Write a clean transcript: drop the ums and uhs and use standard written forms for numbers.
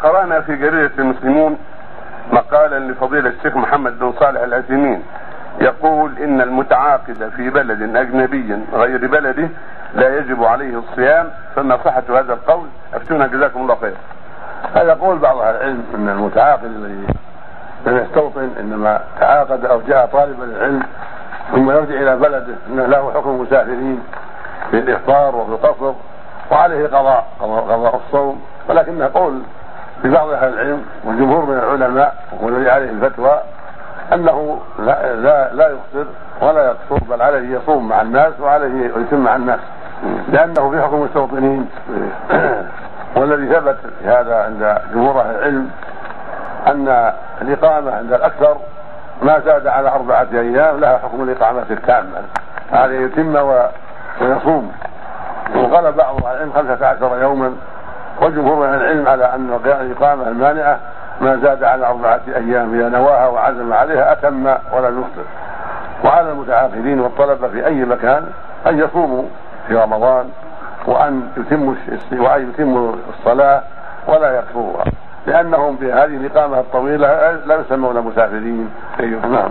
قرأنا في جريدة المسلمون مقالا لفضيلة الشيخ محمد بن صالح العثيمين يقول إن المتعاقد في بلد أجنبي غير بلده لا يجب عليه الصيام، فما صحة هذا القول؟ أفتونا جزاكم الله خير. هذا قول بعض أهل العلم أن المتعاقد الذي لم يستوطن إنما تعاقد أو جاء طالبا للعلم ثم يرجع إلى بلده أنه له حكم المسافرين في الإفطار وفي القصر وعليه قضاء الصوم، ولكنه قول لبعض أهل العلم والجمهور من العلماء والذي عليه الفتوى أنه لا يفطر ولا يقصر، بل عليه يصوم مع الناس وعليه يتم مع الناس لأنه في حكم المستوطنين. والذي ثبت هذا عند جمهور أهل العلم أن الإقامة عند الأكثر ما زاد على 4 أيام لها حكم الإقامة التامة، عليه يتم ويصوم. وقال بعض أهل العلم 15 يوما، والجمهور أهل العلم على أن الإقامة المانعة ما زاد على 4 أيام إذا نواها وعزم عليها أتم ولا يفطر. وعلى المتعاقدين والطلبة في أي مكان أن يصوموا في رمضان وأن يتموا الصلاة ولا يكفروها، لأنهم في هذه الإقامة الطويلة لا يسمون مسافرين. نعم.